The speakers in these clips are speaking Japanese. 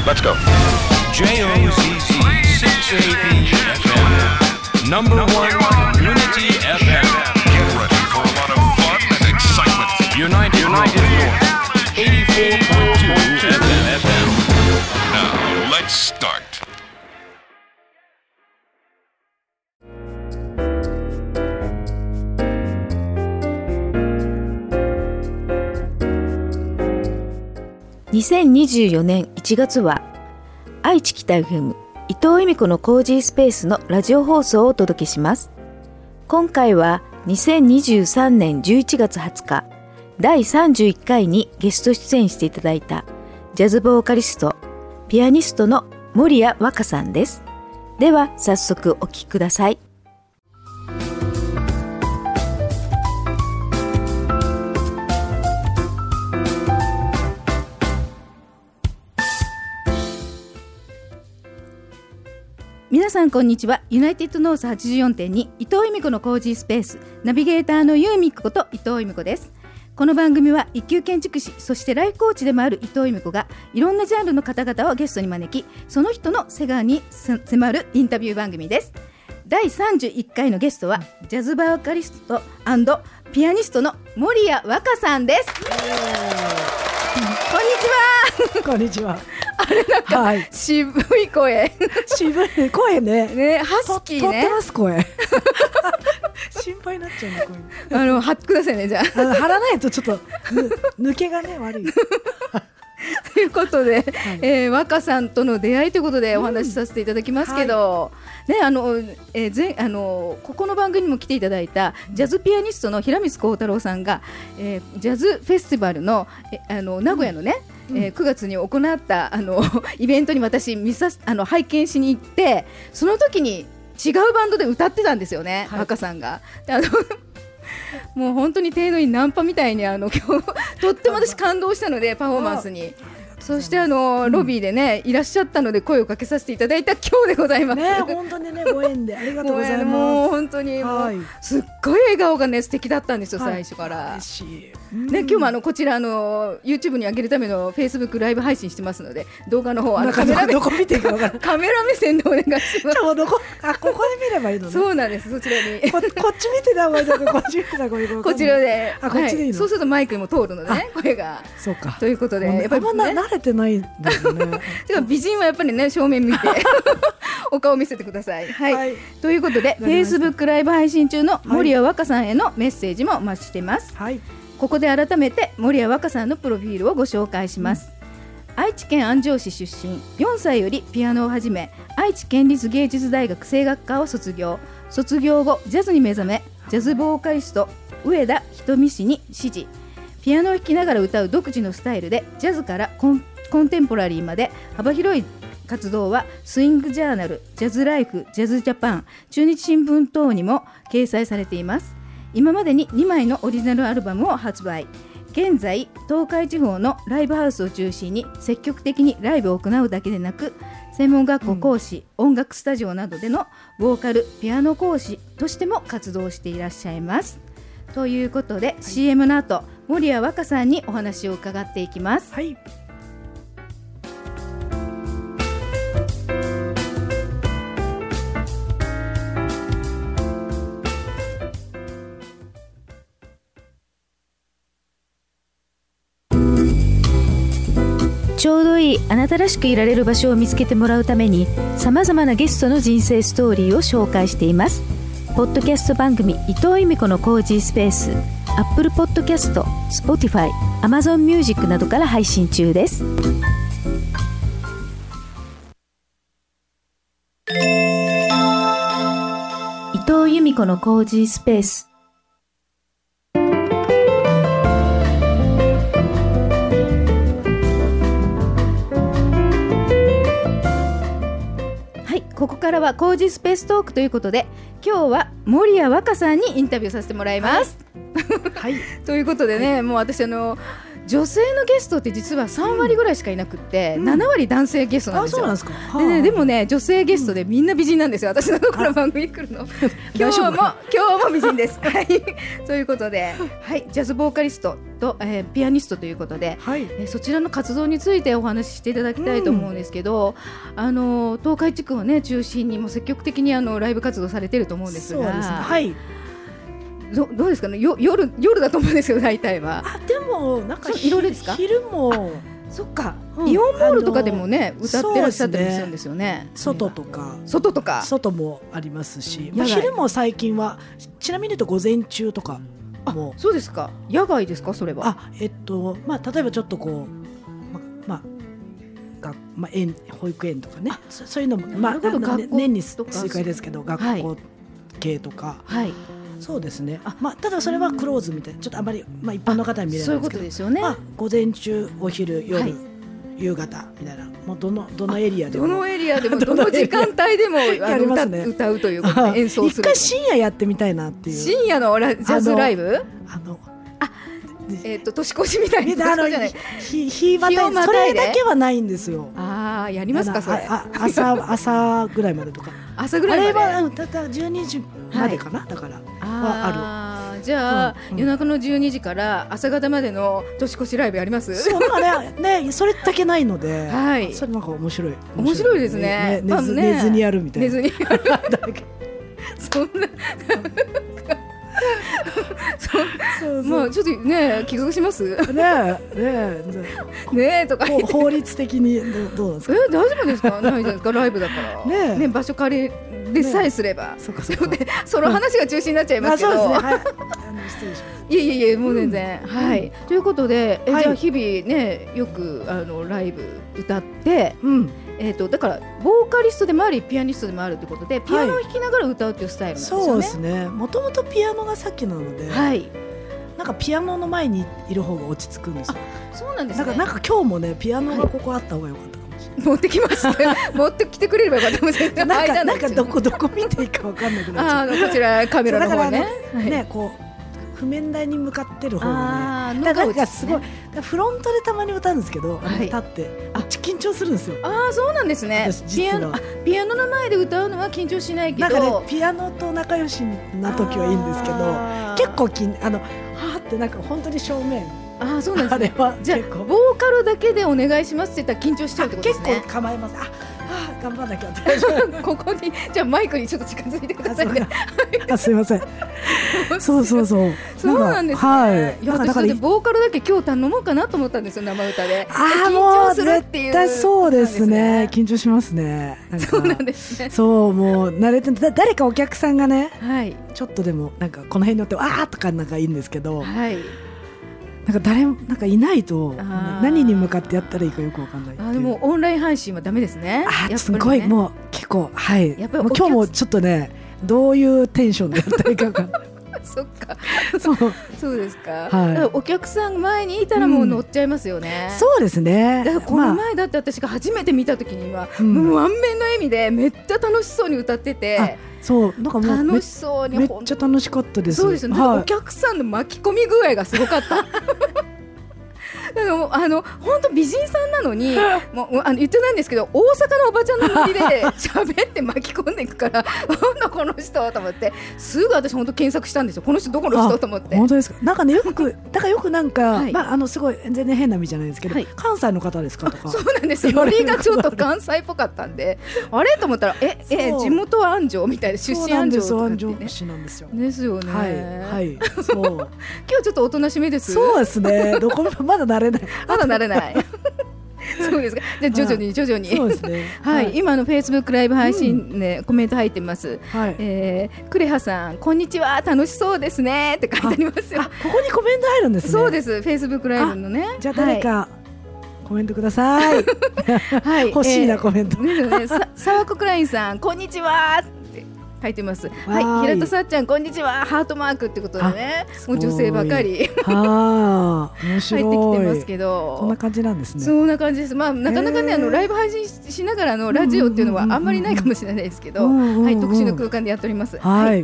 Let's go. JOZZ 680 FM, number one community FM. Get ready for a lot of fun and excitement. United North 84.2 FM. Now, let's start. 2024年1月は愛知北 FM 伊藤由美子のコージースペースのラジオ放送をお届けします。今回は2023年11月20日第31回にゲスト出演していただいたジャズボーカリストピアニストの守屋和歌さんです。では早速お聴きください。皆さんこんにちは。ユナイテッドノース 84.2 伊藤由美子のコージースペースナビゲーターの由美子こと伊藤由美子です。この番組は一級建築士そしてライフコーチでもある伊藤由美子がいろんなジャンルの方々をゲストに招きその人の世界に迫るインタビュー番組です。第31回のゲストはジャズボーカリスト&ピアニストの守屋和歌さんです。こんにちは。 こんにちは。 あれなんか、はい、渋い声渋い声ねハスキーねとってます声心配になっちゃうね声貼ってくださいね。じゃあ貼らないとちょっと抜けがね悪いということで、 はい和歌さんとの出会いということでお話しさせていただきますけど、ね、ここの番組にも来ていただいたジャズピアニストの平光幸太郎さんが、ジャズフェスティバルの、名古屋のね、9月に行ったイベントに私拝見しに行ってその時に違うバンドで歌ってたんですよね、和歌さんが。もう本当に程度にナンパみたいに今日とっても私感動したのでパフォーマンスにそしてロビーでねいらっしゃったので声をかけさせていただいた今日でございます。 ね本当にねご縁でありがとうございます。 もう本当にもうすっごい笑顔がね素敵だったんですよ、最初から。 嬉しい。 ね今日もこちらYouTube に上げるための Facebook ライブ配信してますので動画の方カメラどこ見ていいか分からないカメラ目線でお願いします。 ここで見ればいいのね。 そうなんです。そちらにこっち見てた方がいいのかこっち見てた方がいいのかこちらでこっちでいいの、 そうするとマイクにも通るのでね声が。 そうか。 ということでやっぱり慣れてないんだよね美人はやっぱりね正面見てお顔見せてください。はい、はい、ということで Facebook ライブ配信中の守屋和歌さんへのメッセージもお待ちしています。はい、ここで改めて守屋和歌さんのプロフィールをご紹介します。愛知県安城市出身、4歳よりピアノを始め愛知県立芸術大学声楽科を卒業後ジャズに目覚めジャズボーカリスト上田瞳氏に師事。ピアノを弾きながら歌う独自のスタイルでジャズからコンテンポラリーまで幅広い活動はスイングジャーナル、ジャズライフ、ジャズジャパン、中日新聞等にも掲載されています。今までに2枚のオリジナルアルバムを発売。現在東海地方のライブハウスを中心に積極的にライブを行うだけでなく専門学校講師、音楽スタジオなどでのボーカル、ピアノ講師としても活動していらっしゃいます。ということで、CM の後守屋和歌さんにお話を伺っていきます。 はい、 ちょうどいいあなたらしくいられる場所を見つけてもらうためにさまざまなゲストの人生ストーリーを紹介しています。ポッドキャスト番組伊藤由美子のコージースペース Apple Podcast、Spotify、Amazon Music などから配信中です。伊藤由美子のコージースペース。ここからはコージースペーストークということで今日は守屋和歌さんにインタビューさせてもらいます。はい、ということでね、もう私女性のゲストって実は3割ぐらいしかいなくって、7割男性ゲストなんですよ。 あ、そうなんですか。 でね、でもね、女性ゲストでみんな美人なんですよ。私のところ番組に来るの今日も美人ですはい、ということで、はい、ジャズボーカリストと、ピアニストということで、はい、そちらの活動についてお話ししていただきたいと思うんですけど、東海地区をね中心にも積極的にライブ活動されていると思うんですが、 そうですね、はい、 どうですかね、夜だと思うんですよ、大体は。 でもなんかいろいろですか。 昼もそっか、イオンモールとかでもね歌ってらっしゃったりするんですよね。 外とか外もありますし、昼も最近はちなみに言うと午前中とかも。 そうですか。野外ですか、それは。 例えばちょっとこう保育園とかね、そういうのも年に数回ですけど、学校系とか、そうですね。ただそれはクローズみたいな、ちょっとあまり一般の方に見れないんですけど、そういうことですよね。午前中、お昼、夜、夕方みたいな、もうどのエリアでもどの時間帯でも歌うということで演奏する。一回深夜やってみたいなっていう。深夜のジャズライブ？年越しみたいな。日またい、それだけはないんですよ。やりますかそれ。朝ぐらいまでとか。朝ぐらいまで。あれはただ12時までかな、だからはある。じゃあ、夜中の12時から朝方までの年越しライブやります？そうね、それだけないので、それなんか面白いですね。寝ずにやるみたいな。寝ずにやる。そんな。まあちょっとね企画しますねとか法律的にどうなんですか。大丈夫ですか。ないじゃないですか、ライブだからね、場所借りでさえすれば。その話が中心になっちゃいますけど、いえもう全然、ということで、じゃあ日々ねよくライブ歌って、だからボーカリストでもありピアニストでもあるということで、ピアノを弾きながら歌うっていうスタイルなんですよね。そうですね。もともとピアノが先なので、なんかピアノの前にいる方が落ち着くんですよ。そうなんですね。なんか今日もねピアノがここあった方が良かったかもしれない。持ってきます持ってきてくれればよかったかもしれない。なんかどこ見ていいか分かんなくなっちゃう。こちらカメラの方ね、こう譜面台に向かってる方がね、なんかすごいフロントでたまに歌うんですけど、立って緊張するんですよ。そうなんですね。ピアノの前で歌うのは緊張しないけど、なんかねピアノと仲良しな時はいいんですけど、結構はーってなんか本当に正面。そうなんですね。じゃあボーカルだけでお願いしますって言ったら緊張しちゃうってことですね。結構構えます。頑張らなきゃってここにじゃあマイクにちょっと近づいてくださいね。すいません。そうなんですね。私だってボーカルだけ今日頼もうかなと思ったんですよ、生歌で。緊張するっていう。絶対そうですね。緊張しますね。そうなんですね。そう、もう慣れて、誰かお客さんがね、ちょっとでもなんかこの辺に乗ってとかなんかいいんですけど、なんか誰もなんかいないと何に向かってやったらいいかよくわかんない。でもオンライン配信はダメですね。すごいもう結構やっぱり今日もちょっとねどういうテンションでやったらいいかわかんない。そっか。そうですか。お客さん前にいたらもう乗っちゃいますよね。そうですね。だからこの前だって私が初めて見た時にはもう満面の笑みでめっちゃ楽しそうに歌ってて。そうなんかもう楽しそうにめっちゃ楽しかったです。そうですね。お客さんの巻き込み具合がすごかった。本当美人さんなのにもう言ってないんですけど、大阪のおばちゃんのノリで喋って巻き込んでいくからなんだこの人と思って、すぐ私本当検索したんですよ、この人どこの人と思って。本当ですか。なんかねよくなんかすごい全然変な意味じゃないですけど、関西の方ですかとか。そうなんですよ。ノリがちょっと関西っぽかったんであれと思ったら地元は安城みたいな、出身安城とかってね。安城市なんですよ。ですよね。そう今日ちょっとおとなしめです。そうですね。どこもまだ慣れない。そうですか。じゃあ徐々に。そうですね。今のフェイスブックライブ配信ね、コメント入ってます。クレハさんこんにちは、楽しそうですねって書いてありますよ。ここにコメント入るんですね。そうです。フェイスブックライブのね。じゃあ誰かコメントください。欲しいなコメント。サワコクラインさんこんにちはって書いてます。平田さっちゃんこんにちは、ハートマークってことでね、もう女性ばかり面白い入ってきてますけど、そんな感じなんですね。そんな感じです。なかなかねライブ配信しながらのラジオっていうのはあんまりないかもしれないですけど、特殊な空間でやっております。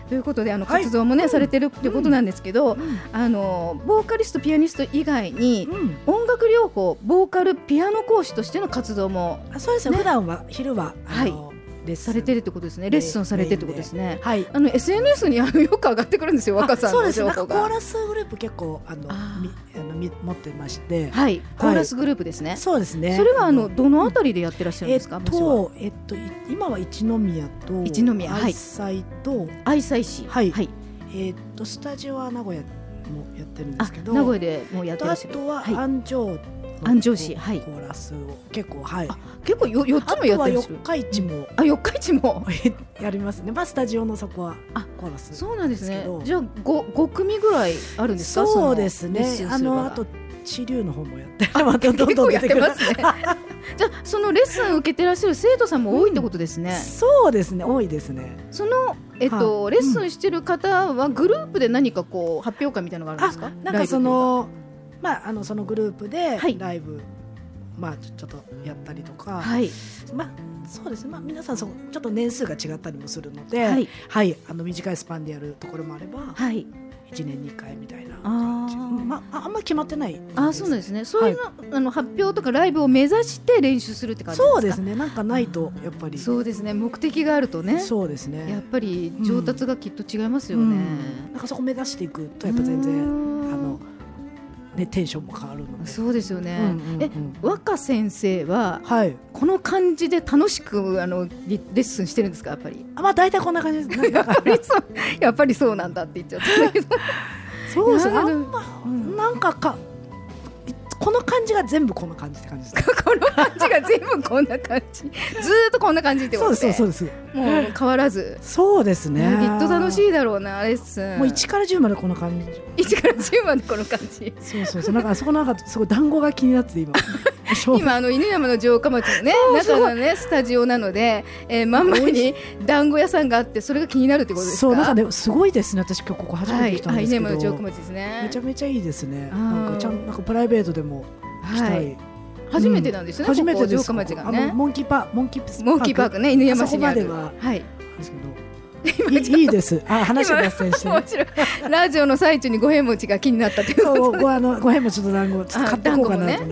ということで活動もね、されてるってことなんですけど、ボーカリストピアニスト以外に、音楽療法ボーカルピアノ講師としての活動も、 そうですね、普段は昼はされてるってことですね。レッスンされてるってことですね。SNS によく上がってくるんですよ、若さんの情報が。 コーラスグループ結構持ってまして、 コーラスグループですね。 そうですね。 それはどのあたりでやってらっしゃるんですか。 今は一宮と愛妻と愛妻市、 スタジオは名古屋もやってるんですけど、 名古屋でもやってらっしゃる。 あとは安城市、コーラスを結構結構4つもやってるんですよ。 四日市も四日市もやりますね。スタジオのそこはコーラス。 そうなんですね。じゃあ5組ぐらいあるんですか。 そうですね。あと地流の方もやってどんどん出てくるますね。じゃあそのレッスンを受けてらっしゃる生徒さんも多いってことですね。 そうですね、多いですね。 そのレッスンしてる方はグループで何かこう発表会みたいなのがあるんですか。 なんかそのグループでライブ、ちょっとやったりとか、そうですね、皆さんちょっと年数が違ったりもするので、短いスパンでやるところもあれば、1年2回みたいな感じ、あんまり決まってない。 そうなんですね。そういうの、発表とかライブを目指して練習するって感じですか。 そうですね、なんかないとやっぱり。 そうですね、目的があるとね。 そうですね、 やっぱり上達がきっと違いますよね。 なんかそこ目指していくとやっぱ全然テンションも変わるので。 そうですよね。若先生は、この感じで楽しくレッスンしてるんですか。やっぱり大体こんな感じです。 やっぱりそうなんだって言っちゃったけどそうですね。なんかこの感じが全部この感じって感じですか。 この感じが全部こんな感じずーっとこんな感じってことで。 そうです。 もう変わらず。 そうですね。 きっと楽しいだろうなレッスン。 もう1から10までこの感じ。 1から10までこの感じ。 そうなんかそこすごい団子が気になって今犬山の城下町のね中のねスタジオなので、真ん前に団子屋さんがあって、それが気になるってことですか。 そうなんかね、すごいですね。私今日ここ初めて来たんですけど、 犬山の城下町ですね。 めちゃめちゃいいですね。なんかプライベートでも来たい。 初めてなんですよね。 初めてです。 城下町がね。 モンキーパークね、犬山市にある。 そこまではですけど。いいです。話が脱線して、 面白い。ラジオの最中に五平餅が気になったということで、 五平餅と団子ちょっと買ってこうかなと思って。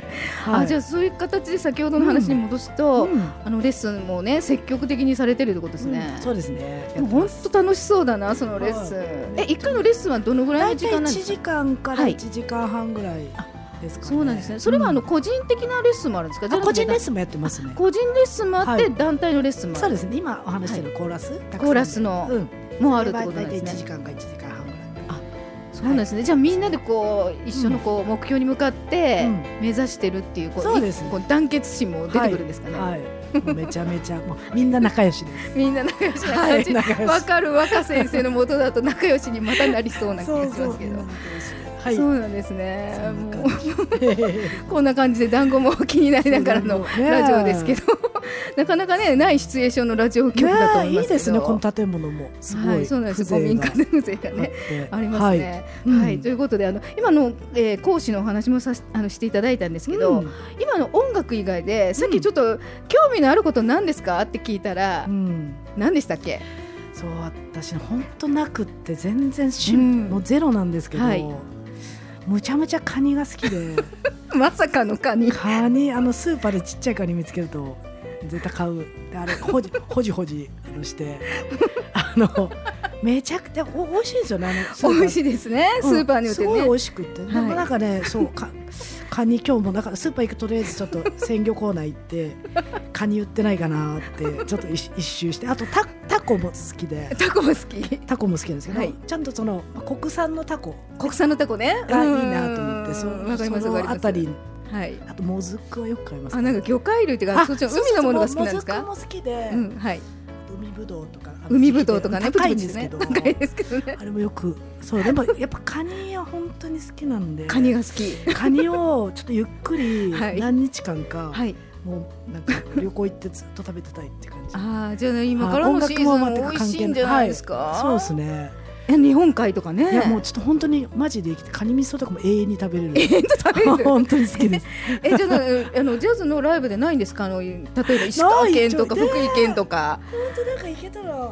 じゃあそういう形で先ほどの話に戻すと、レッスンもね積極的にされてるってことですね。 そうですね。 本当楽しそうだな、そのレッスン。1回のレッスンはどのぐらいの時間なんですか。 1時間から1時間半ぐらい。 そうなんですね。それは個人的なレッスンもあるんですか。 個人レッスンもやってますね。 個人レッスンもあって団体のレッスンもある。 そうですね。今お話してるコーラスのもあるってことなんですね。 1時間か1時間半ぐらい。 そうなんですね。じゃあみんなで一緒の目標に向かって目指してるっていう団結心も出てくるんですかね。 めちゃめちゃみんな仲良しです。 みんな仲良しな感じ。わかる。若先生の元だと仲良しにまたなりそうな気がしますけど。そうなんですね。こんな感じで団子も気になりながらのラジオですけど、なかなかねないシチュエーションのラジオ局だと思いますけど、いいですね。この建物もすごい。そうなんです。古民家の風情がねありますね。ということで今の講師のお話もしていただいたんですけど、今の音楽以外でさっきちょっと興味のあること何ですかって聞いたら何でしたっけ。 そう、私本当なくって全然もうゼロなんですけど。むちゃむちゃカニが好きでまさかのカニスーパーでちっちゃいカニ見つけると絶対買う。であれほじしてめちゃくちゃ美味しいですよね。 美味しいですね。スーパーに売ってね、 すごい美味しくて、でもなんかね、そうカニ今日もなんかスーパー行くとりあえずちょっと鮮魚コーナー行ってカニ売ってないかなってちょっと一周して、あとタコも好きで。 タコも好きなんですけど、ちゃんとその国産のタコねがいいなと思って、そのあたり。あともずくはよく買います。 なんか魚介類っていうか、そっちの海のものが好きなんですか。 もずくも好きで、海ぶどうとかね、 高いですけど、 あれもよく。そうでもやっぱカニは本当に好きなんで、 カニが好き。 カニをちょっとゆっくり何日間かもうなんか旅行行ってずっと食べてたいって感じ。 じゃあ今からのシーズンも美味しいんじゃないですか。 そうですね。 日本海とかね。 いやもうちょっと本当にマジで生きてカニ味噌とかも永遠に食べれる。 永遠と食べれる。 本当に好きです。 じゃあジャズのライブでないんですか。例えば石川県とか福井県とか。 本当なんか行けたら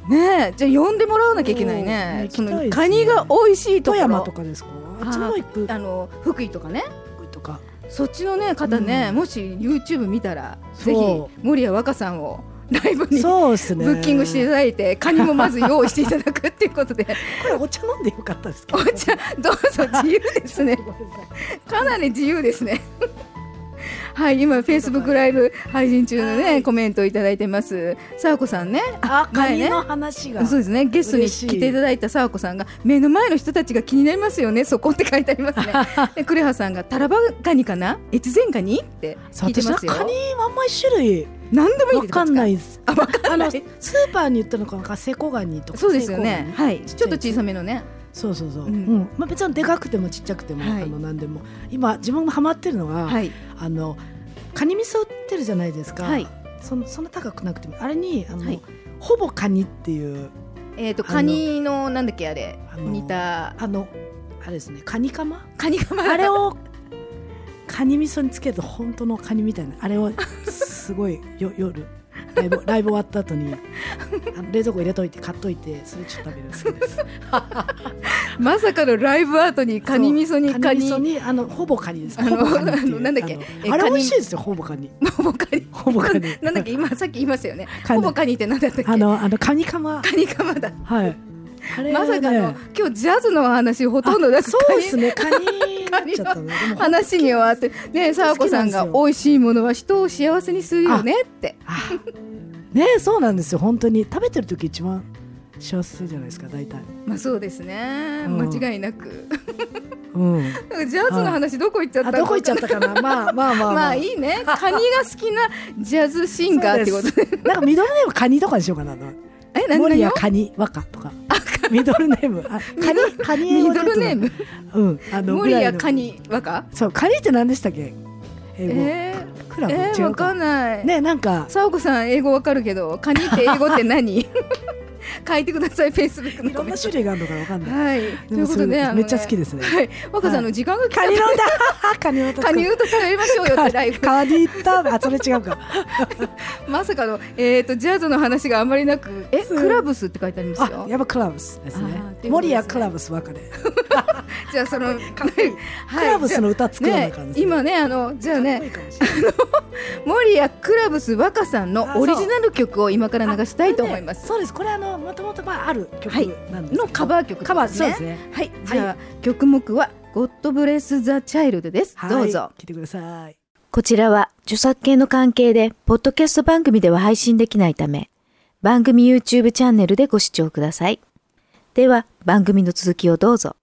ね。じゃあ呼んでもらわなきゃいけないね。そのカニが美味しいところ。 富山とかですか？あっちも行く。 福井とかね。 福井とか。 そっちのね方ね、もし YouTube 見たらぜひ守谷若さんをライブにブッキングしていただいて、カニもまず用意していただくっていうことで。これお茶飲んでよかったですか？ お茶どうぞ、自由ですね。かなり自由ですね。はい、今 Facebook ライブ配信中のね、コメントをいただいてます。さわこさんね、 カニの話が、 そうですね、ゲストに来ていただいたさわこさんが、目の前の人たちが気になりますよね、そこって書いてありますね。でクレハさんがタラバガニかな、越前ガニって聞いてますよ。 カニあんまり種類何でもいいですか？ わかんないです。 わかんない。 スーパーに言ったのか、セコガニとか。 そうですよね。はい、ちょっと小さめのね。 そうそうそう。まあ別にでかくてもちっちゃくても何でも。今自分がハマってるのはカニ味噌売ってるじゃないですか。そんな高くなくてもあれにほぼカニっていうカニのなんだっけあれ似たあれですね、カニカマあれをカニ味噌につけると本当のカニみたいなあれをすごい夜ライブ終わった後に冷蔵庫入れといて買っといてそれちょっと食べるの好きです。 まさかのライブアートにカニ味噌にカニ味噌にほぼカニです。 なんだっけあれ美味しいですよ。ほぼカニなんだっけ今さっき言いましたよね。ほぼカニって何だったっけ？ カニカマだ。 はい。 まさかの今日ジャズの話ほとんどだ。 そうですね。カニ話に終わってね、さわこさんが美味しいものは人を幸せにするよねって。 ね、そうなんですよ。本当に食べてる時一番幸せじゃないですか、大体。 まあそうですね、間違いなく。ジャズの話どこ行っちゃった？ どこ行っちゃったかな。まあいいね。カニが好きなジャズシンガーってことで。 なんかミドルネームカニとかにしようかな。森谷カニ若とか。ミドルネームカニミドルネーム。森谷カニ若。 そう、カニって何でしたっけ？クラブ違うか。 わかんない。 ね、なんかさわこさん英語わかるけど、カニって英語って何？書いてください。フェイスブックのいろんな種類があるのかわかんない。 はい。ということでめっちゃ好きですね。 はい。若さんの時間が来た。カニ歌使いましょうよってライブ。 カニ歌それ違うか。 まさかのジャズの話があまりなく、クラブスって書いてありますよ。 やっぱクラブスですね。森谷クラブス若で。 じゃあそのクラブスの歌作らない感じ。 今ねじゃあね森谷クラブス若さんのオリジナル曲を今から流したいと思います。 そうです。これもともとある曲なんですのカバー曲そうですね。 はい。じゃあ曲目はゴッドブレスザチャイルドです。どうぞ聴いてください。 こちらは著作権の関係でポッドキャスト番組では配信できないため、番組 YouTube チャンネルでご視聴ください。では番組の続きをどうぞ。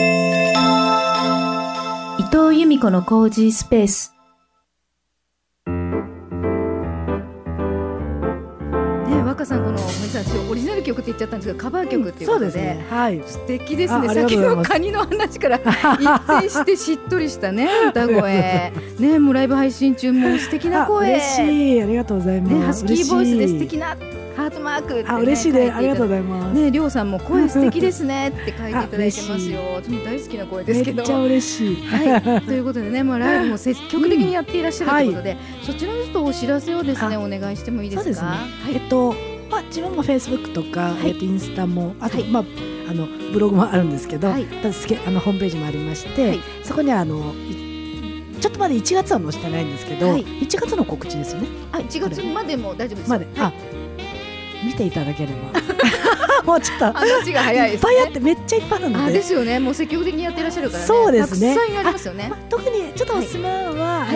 伊藤由美子のコージースペース。 若さん、このオリジナル曲って言っちゃったんですけど、カバー曲っていうことで、素敵ですね。先のカニの話から一転してしっとりしたね歌声ね、もうライブ配信中も素敵な声。 嬉しい、ありがとうございます。 ハスキーボイスで素敵なハートマークってね、 嬉しいで、ありがとうございますね。りょうさんも声素敵ですねって書いていただいてますよ。私も大好きな声ですけど、 めっちゃ嬉しい。 はい、ということでね、ライブも積極的にやっていらっしゃるということで、そちらのちょっとお知らせをですねお願いしてもいいですか？ そうですね。自分もフェイスブックとかインスタもあとブログもあるんですけど、ホームページもありまして、そこにはちょっとまだ1月は載せてないんですけど、1月の告知ですよね。 1月までも大丈夫です。 まで見ていただければもうちょっと話が早いですね。 いっぱいあってめっちゃいっぱいあるので。 ですよね。もう積極的にやってらっしゃるからね。 そうですね。 たくさんありますよね。 特にちょっとおすすめなのは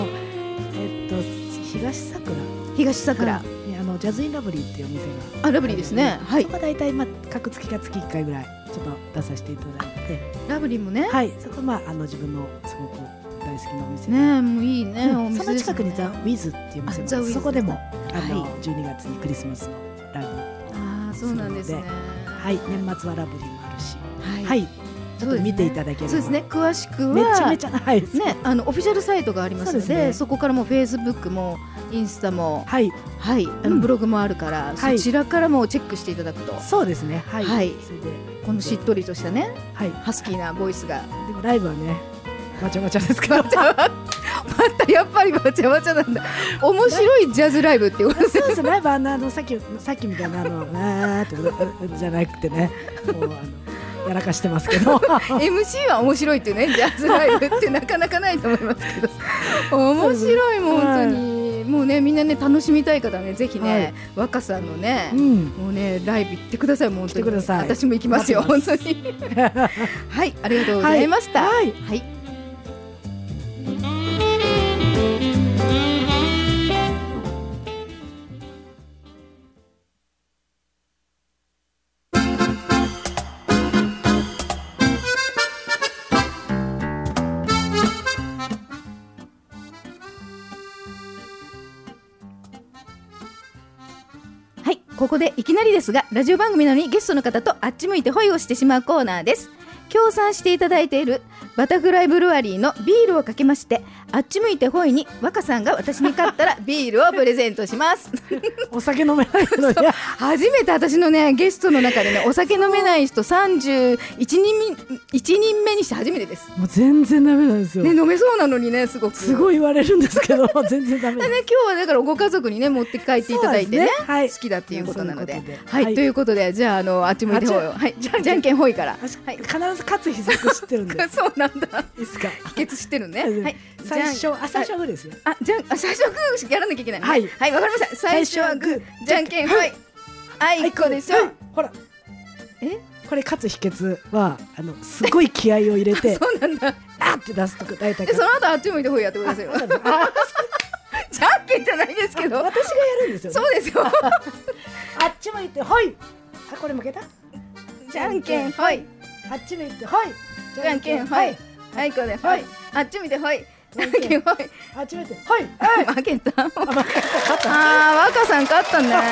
東桜ジャズインラブリーっていうお店がラブリーですね。はい。 そこは大体各月か月1回ぐらいちょっと出させていただいて。 ラブリーもね。 はい。そこ自分のすごく大好きなお店ね。もういいね。お店その近くにザ・ウィズっていうお店がそこでも12月にクリスマスのライブ。 そうなんですね。 はい。年末はラブリーもあるし。はい。ちょっと見ていただければ。 そうですね。詳しくはめちゃめちゃね、 オフィシャルサイトがありますので、そこからもフェイスブックもインスタもブログもあるから、そちらからもチェックしていただくと。 そうですね。はい。それでこのしっとりとしたね、ハスキーなボイスが。 でもライブはね、わちゃわちゃですけど、 またやっぱりバチャバチャなんだ。面白いジャズライブっていうことです。 そうです。ライブさっきみたいなじゃなくてね、もうやらかしてますけど MC は面白いっていうね、ジャズライブってなかなかないと思いますけど面白い、もう本当に、もうね、みんなね楽しみたい方はね、ぜひね、若さんのね、もうねライブ行ってください。もう本当に私も行きますよ、本当にはい、ありがとうございました。はい、ここでいきなりですが、ラジオ番組なのにゲストの方とあっち向いてホイをしてしまうコーナーです。協賛していただいているバタフライブルワリーのビールをかけまして、あっち向いてホイに若さんが私に勝ったらビールをプレゼントしますお酒飲めないのに初めて私のねゲストの中でね、お酒飲めない人31人目にして初めてです。 もう全然ダメなんですよ、 ね、飲めそうなのにね、すごい言われるんですけど全然ダメです、 ね、今日はだからご家族にね持って帰っていただいてね、好きだっていうことなので、ということで、じゃああっち向いてホイを、じゃんけんホイから、 必ず勝つ秘策知ってるんでそうなんだ、 いいですか、 秘訣知ってるね。 最初はグーですよ。 最初はグーやらなきゃいけない。わかりました。最初はグー、じゃんけんホイ、あいこでしょ。 ほら、これ勝つ秘訣はすごい気合を入れてそうなんだ、 あって出すとか大体。 その後あっち向いてホイやってくださいよ。じゃんけんじゃないですけど、 私がやるんですよ。 そうですよ。 あっち向いてホイ、これ負けた。 じゃんけんホイ、 あっち向いてホイ、 じゃんけんホイ、あいこでホイ、あっち向いてホイ、じゃんけんホイ、 あっち向いてホイ、 負けた。若さん勝ったね。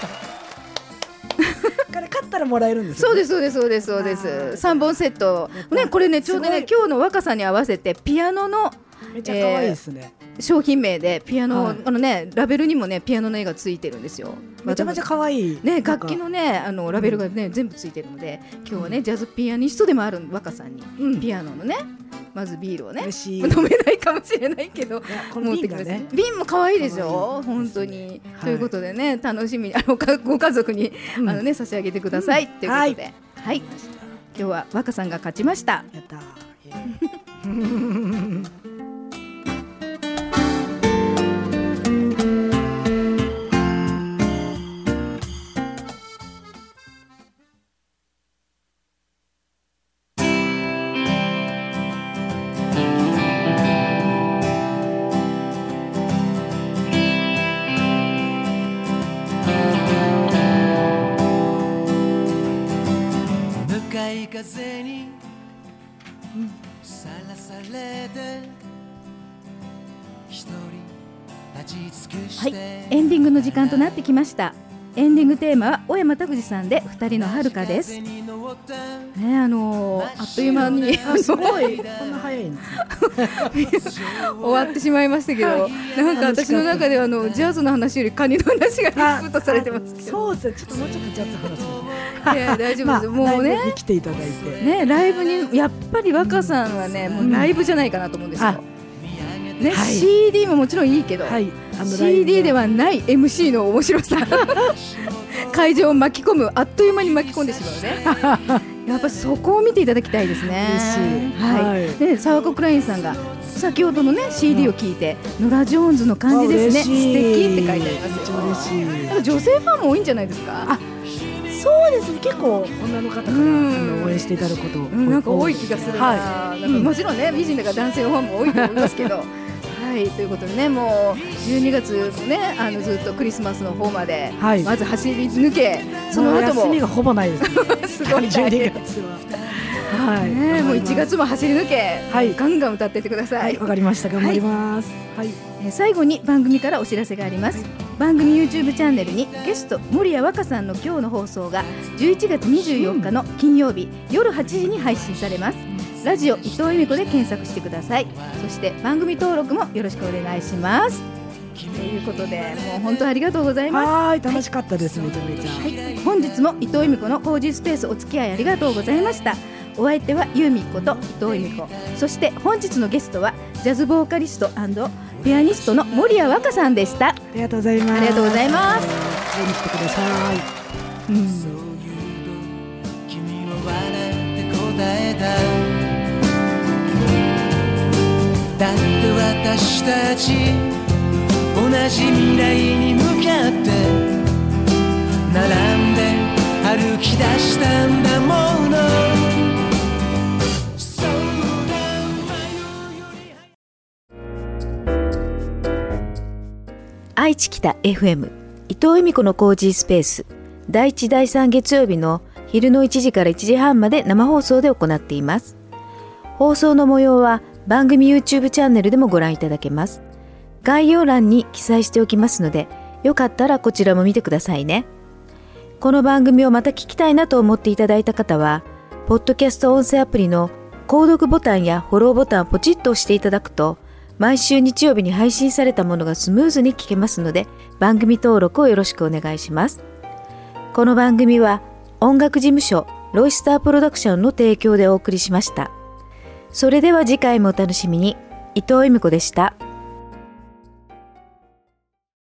これ勝ったらもらえるんですよ。 そうです3本セットね。これね、ちょうどね今日の若さんに合わせてピアノのめっちゃ可愛いですね、 商品名でピアノ、ラベルにもねピアノの絵がついてるんですよ。 めちゃめちゃ可愛いね、楽器のねラベルがね全部ついてるので、今日はねジャズピアニストでもある若さんにピアノのね、まずビールをね、飲めないかもしれないけど持ってきます。瓶も可愛いでしょ、本当に。ということでね、楽しみにご家族に差し上げてくださいということで、はい、今日は若さんが勝ちました。 やった風にさらされて一人立ち尽くして、 エンディングの時間となってきました。エンディングテーマは小山拓司さんで二人の遥かです。ね、あっという間にすごいこんな早いんです終わってしまいましたけど、なんか私の中ではジャズの話よりカニの話がリスクとされてますけど。 そうですね、ちょっともうちょっとジャズ話す。 いや大丈夫です、もうね来ていただいてね、ライブにやっぱり若さんはね、もうライブじゃないかなと思うんですよ。ね、CD ももちろんいいけど、CD ではない MC の面白さ会場を巻き込む、あっという間に巻き込んでしまうねやっぱそこを見ていただきたいですね。で、サワコクラインさんが先ほどのね CD を聞いて、ノラ・ジョーンズの感じですね、素敵って書いてありますよ。なんか女性ファンも多いんじゃないですか。 そうですね、結構女の方から応援していただくことなんか多い気がするな。なんかもちろんね、美人だから男性のファンも多いと思いますけどはい、ということでね、もう12月もね、ずっとクリスマスの方まで、まず走り抜け、その後も休みがほぼないですねすごい 12月はもう1月も走り抜け、ガンガン歌っていってください。 わかりました、頑張ります。 最後に番組からお知らせがあります。番組 YouTube チャンネルにゲスト守谷若さんの今日の放送が11月24日の金曜日夜8時に配信されます。ラジオ伊藤由美子で検索してください。そして番組登録もよろしくお願いします。ということで、もう本当ありがとうございます。 楽しかったです、めちゃめちゃ。 本日も伊藤由美子のコージースペースお付き合いありがとうございました。お相手は由美子と伊藤由美子、そして本日のゲストはジャズボーカリスト&ピアニストの森谷和歌さんでした。 ありがとうございます。 ありがとうございます。 会いに来てください。 君は笑って答えた。だって私たち同じ未来に向かって並んで歩き出したんだもの。 愛知北 FM 伊藤由美子のコージースペース、第1第3月曜日の昼の1時から1時半まで生放送で行っています。放送の模様は番組 YouTube チャンネルでもご覧いただけます。概要欄に記載しておきますので、よかったらこちらも見てくださいね。この番組をまた聞きたいなと思っていただいた方は、ポッドキャスト音声アプリの購読ボタンやフォローボタンをポチッと押していただくと、毎週日曜日に配信されたものがスムーズに聞けますので、番組登録をよろしくお願いします。この番組は音楽事務所ロイスタープロダクションの提供でお送りしました。それでは次回もお楽しみに。伊藤由美子でした。